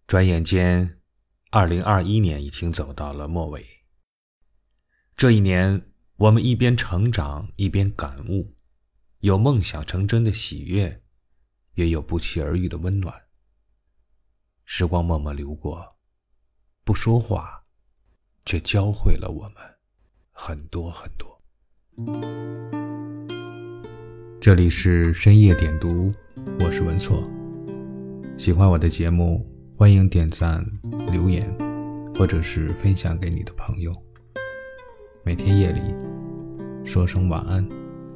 转眼间2021年已经走到了末尾。这一年，我们一边成长一边感悟，有梦想成真的喜悦，也有不期而遇的温暖。时光默默流过，不说话，却教会了我们很多很多。这里是深夜点读，我是文措。喜欢我的节目，欢迎点赞、留言，或者是分享给你的朋友。每天夜里说声晚安。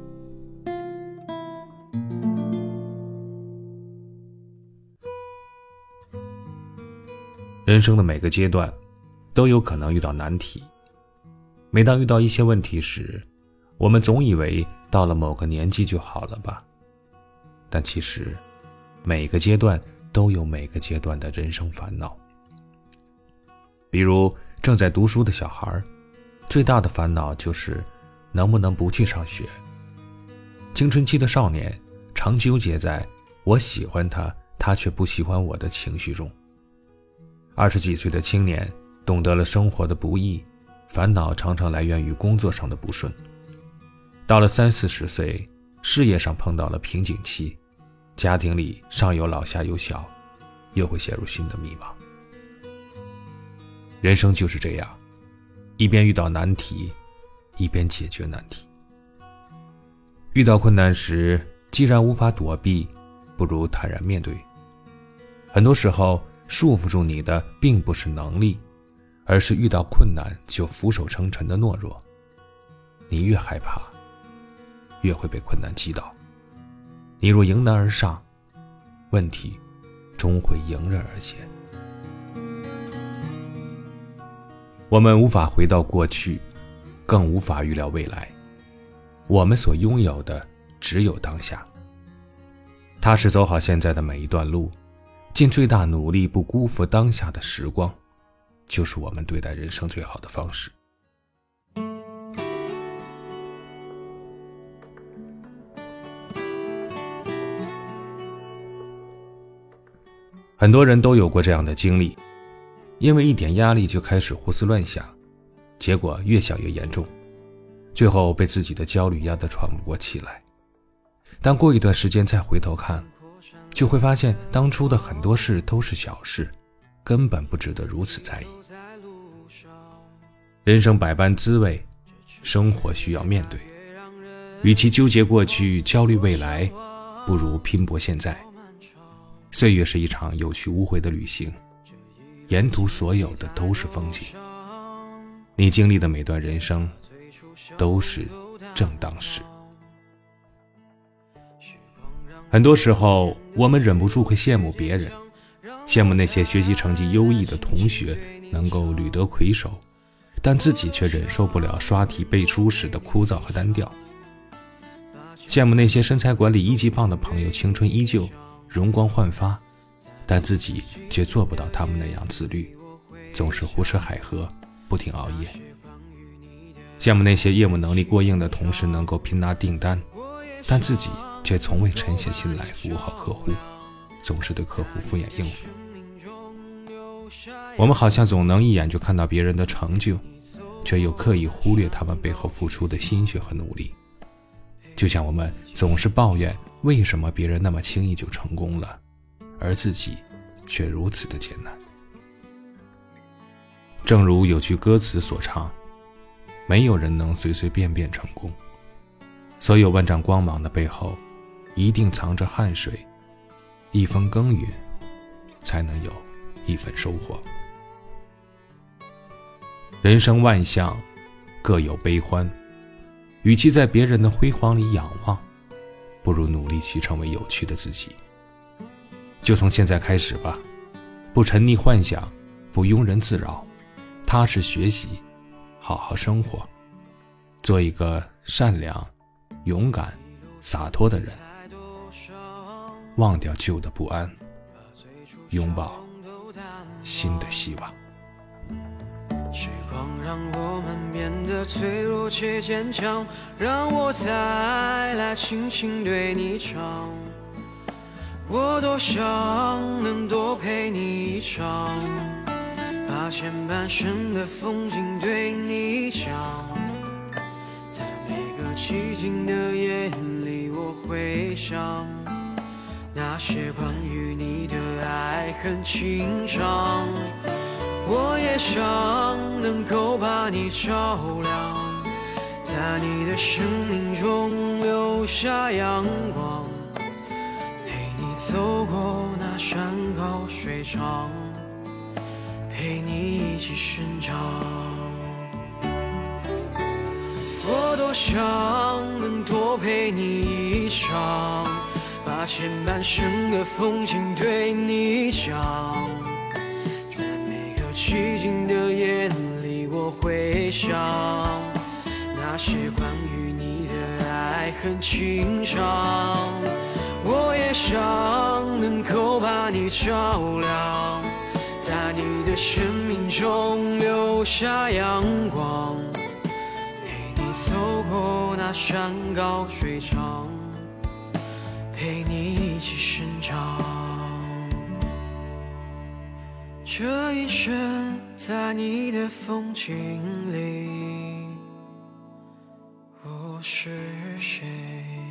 人生的每个阶段都有可能遇到难题，每当遇到一些问题时，我们总以为到了某个年纪就好了吧，但其实每个阶段都有每个阶段的人生烦恼。比如正在读书的小孩，最大的烦恼就是能不能不去上学。青春期的少年常纠结在我喜欢他，他却不喜欢我的情绪中。20几岁的青年懂得了生活的不易，烦恼常常来源于工作上的不顺。到了30、40岁，事业上碰到了瓶颈期，家庭里上有老下有小，又会陷入新的迷茫。人生就是这样，一边遇到难题，一边解决难题。遇到困难时，既然无法躲避，不如坦然面对。很多时候，束缚住你的并不是能力，而是遇到困难就俯首称臣的懦弱。你越害怕，越会被困难击倒。你若迎难而上，问题终会迎刃而解。我们无法回到过去，更无法预料未来。我们所拥有的只有当下。踏实走好现在的每一段路，尽最大努力不辜负当下的时光，就是我们对待人生最好的方式。很多人都有过这样的经历，因为一点压力就开始胡思乱想，结果越想越严重，最后被自己的焦虑压得喘不过气来。但过一段时间再回头看，就会发现当初的很多事都是小事，根本不值得如此在意。人生百般滋味，生活需要面对。与其纠结过去，焦虑未来，不如拼搏现在。岁月是一场有去无回的旅行，沿途所有的都是风景。你经历的每段人生都是正当时。很多时候我们忍不住会羡慕别人，羡慕那些学习成绩优异的同学能够屡得魁首，但自己却忍受不了刷题背书时的枯燥和单调。羡慕那些身材管理1级棒的朋友青春依旧，容光焕发，但自己却做不到他们那样自律，总是胡吃海喝，不停熬夜。羡慕那些业务能力过硬的同事能够拼拿订单，但自己却从未沉下心来服务好客户，总是对客户敷衍应付。我们好像总能一眼就看到别人的成就，却又刻意忽略他们背后付出的心血和努力。就像我们总是抱怨为什么别人那么轻易就成功了，而自己却如此的艰难。正如有句歌词所唱，没有人能随随便便成功，所有万丈光芒的背后一定藏着汗水，一分耕耘才能有一份收获。人生万象各有悲欢，与其在别人的辉煌里仰望，不如努力去成为有趣的自己。就从现在开始吧，不沉溺幻想，不庸人自扰，踏实学习，好好生活，做一个善良、勇敢、洒脱的人。忘掉旧的不安，拥抱新的希望。 时光让我们变得脆弱且坚强，让我再来轻轻对你唱。 我多想能多陪你一场，把前半生的风景对你讲。在每个寂静的夜里，我会想那些关于你的爱恨情长。我也想能够把你照亮，在你的生命中留下阳光，陪你走过那山高水长，陪你一起生长。我多想能多陪你一场，把前半生的风景对你讲。在每个寂静的夜里，我会想那些关于你的爱恨情长。我也想能够把你照亮，在你的生命中留下阳光，陪你走过那山高水长，陪你一起生长。这一生在你的风景里，我是谁？